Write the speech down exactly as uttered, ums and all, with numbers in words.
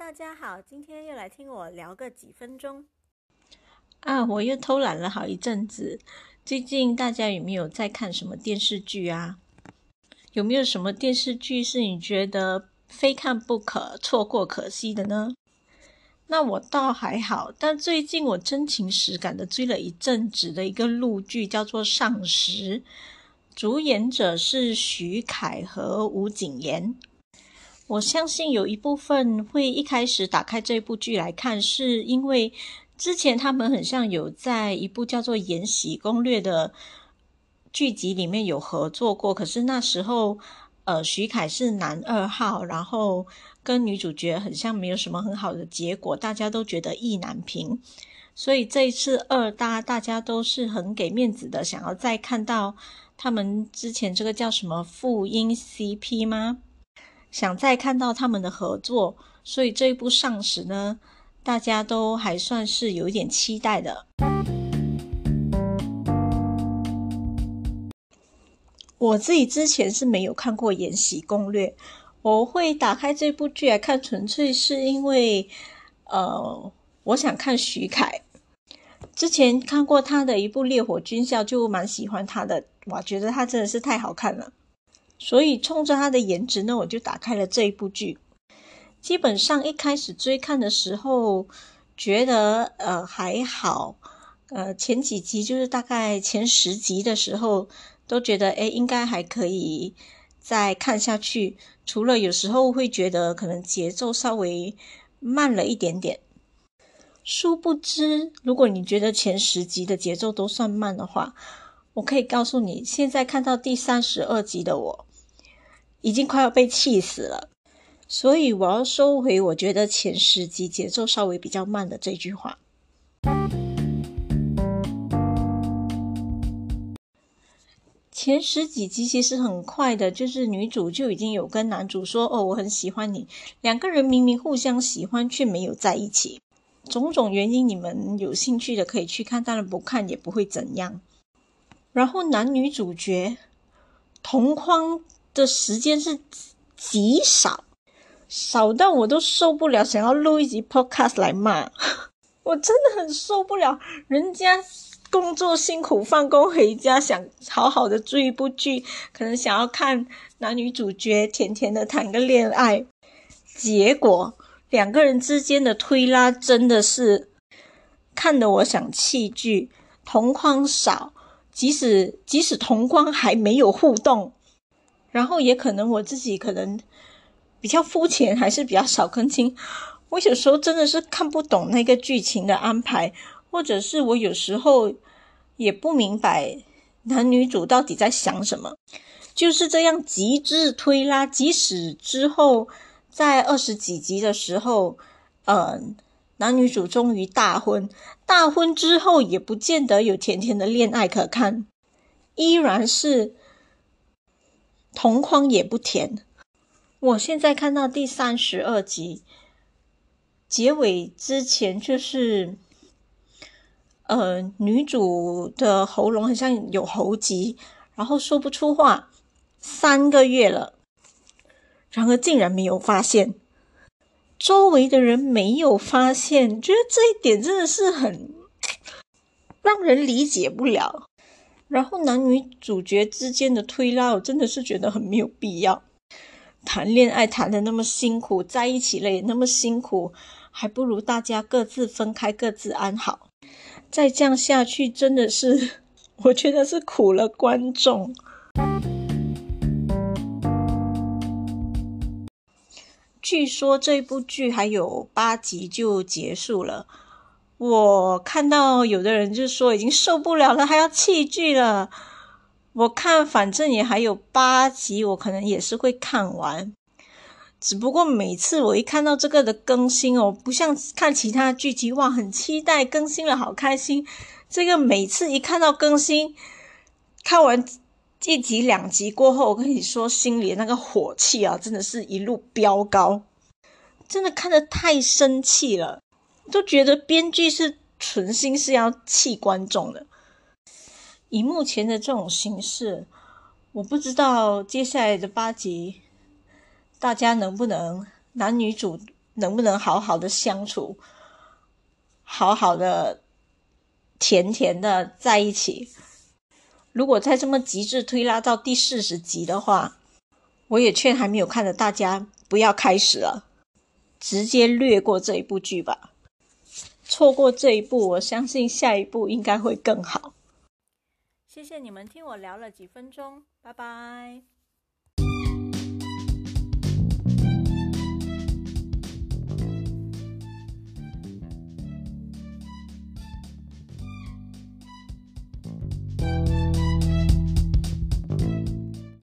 大家好，今天又来听我聊个几分钟啊！我又偷懒了好一阵子。最近大家有没有在看什么电视剧啊？有没有什么电视剧是你觉得非看不可、错过可惜的呢？那我倒还好，但最近我真情实感的追了一阵子的一个陆剧，叫做《上时》，主演者是徐凯和吴谨言。我相信有一部分会一开始打开这部剧来看，是因为之前他们很像有在一部叫做《延禧攻略》的剧集里面有合作过，可是那时候呃，徐凯是男二号，然后跟女主角很像没有什么很好的结果，大家都觉得意难平，所以这一次二搭大家都是很给面子的，想要再看到他们之前这个叫什么复音 C P 吗？想再看到他们的合作，所以这一部上时呢，大家都还算是有一点期待的。我自己之前是没有看过《延禧攻略》，我会打开这部剧来看，纯粹是因为呃，我想看徐凯。之前看过他的一部《烈火军校》，就蛮喜欢他的，我觉得他真的是太好看了。所以冲着他的颜值呢，我就打开了这一部剧。基本上一开始追看的时候觉得呃还好，呃前几集就是大概前十集的时候都觉得诶应该还可以再看下去，除了有时候会觉得可能节奏稍微慢了一点点。殊不知如果你觉得前十集的节奏都算慢的话，我可以告诉你，现在看到第三十二集的我已经快要被气死了，所以我要收回我觉得前十集节奏稍微比较慢的这句话。前十几集其实很快的，就是女主就已经有跟男主说哦我很喜欢你，两个人明明互相喜欢却没有在一起，种种原因你们有兴趣的可以去看，当然不看也不会怎样。然后男女主角同框的时间是极少，少到我都受不了，想要录一集 podcast 来骂。我真的很受不了，人家工作辛苦放工回家想好好的追一部剧，可能想要看男女主角甜甜的谈个恋爱，结果两个人之间的推拉真的是看得我想弃剧。同框少，即使即使同框还没有互动，然后也可能我自己可能比较肤浅，还是比较少更新，我有时候真的是看不懂那个剧情的安排，或者是我有时候也不明白男女主到底在想什么，就是这样极致推拉，即使之后在二十几集的时候呃，男女主终于大婚，大婚之后也不见得有甜甜的恋爱可看，依然是同框也不甜。我现在看到第三十二集结尾之前，就是呃，女主的喉咙好像有喉疾，然后说不出话三个月了，然而竟然没有发现，周围的人没有发现，觉得这一点真的是很让人理解不了。然后男女主角之间的推拉，我真的是觉得很没有必要。谈恋爱谈得那么辛苦，在一起了也那么辛苦，还不如大家各自分开，各自安好。再这样下去真的是，我觉得是苦了观众。据说这部剧还有八集就结束了，我看到有的人就说已经受不了了，还要弃剧了。我看反正也还有八集，我可能也是会看完。只不过每次我一看到这个的更新哦，不像看其他剧集哇很期待更新了好开心，这个每次一看到更新，看完一集两集过后，我跟你说心里的那个火气啊，真的是一路飙高，真的看得太生气了，都觉得编剧是存心是要气观众的。以目前的这种形式，我不知道接下来的八集大家能不能男女主能不能好好的相处，好好的甜甜的在一起。如果再这么极致推拉到第四十集的话，我也劝还没有看的大家不要开始了，直接略过这一部剧吧。错过这一部，我相信下一部应该会更好。 谢谢你们听我聊了几分钟，拜拜。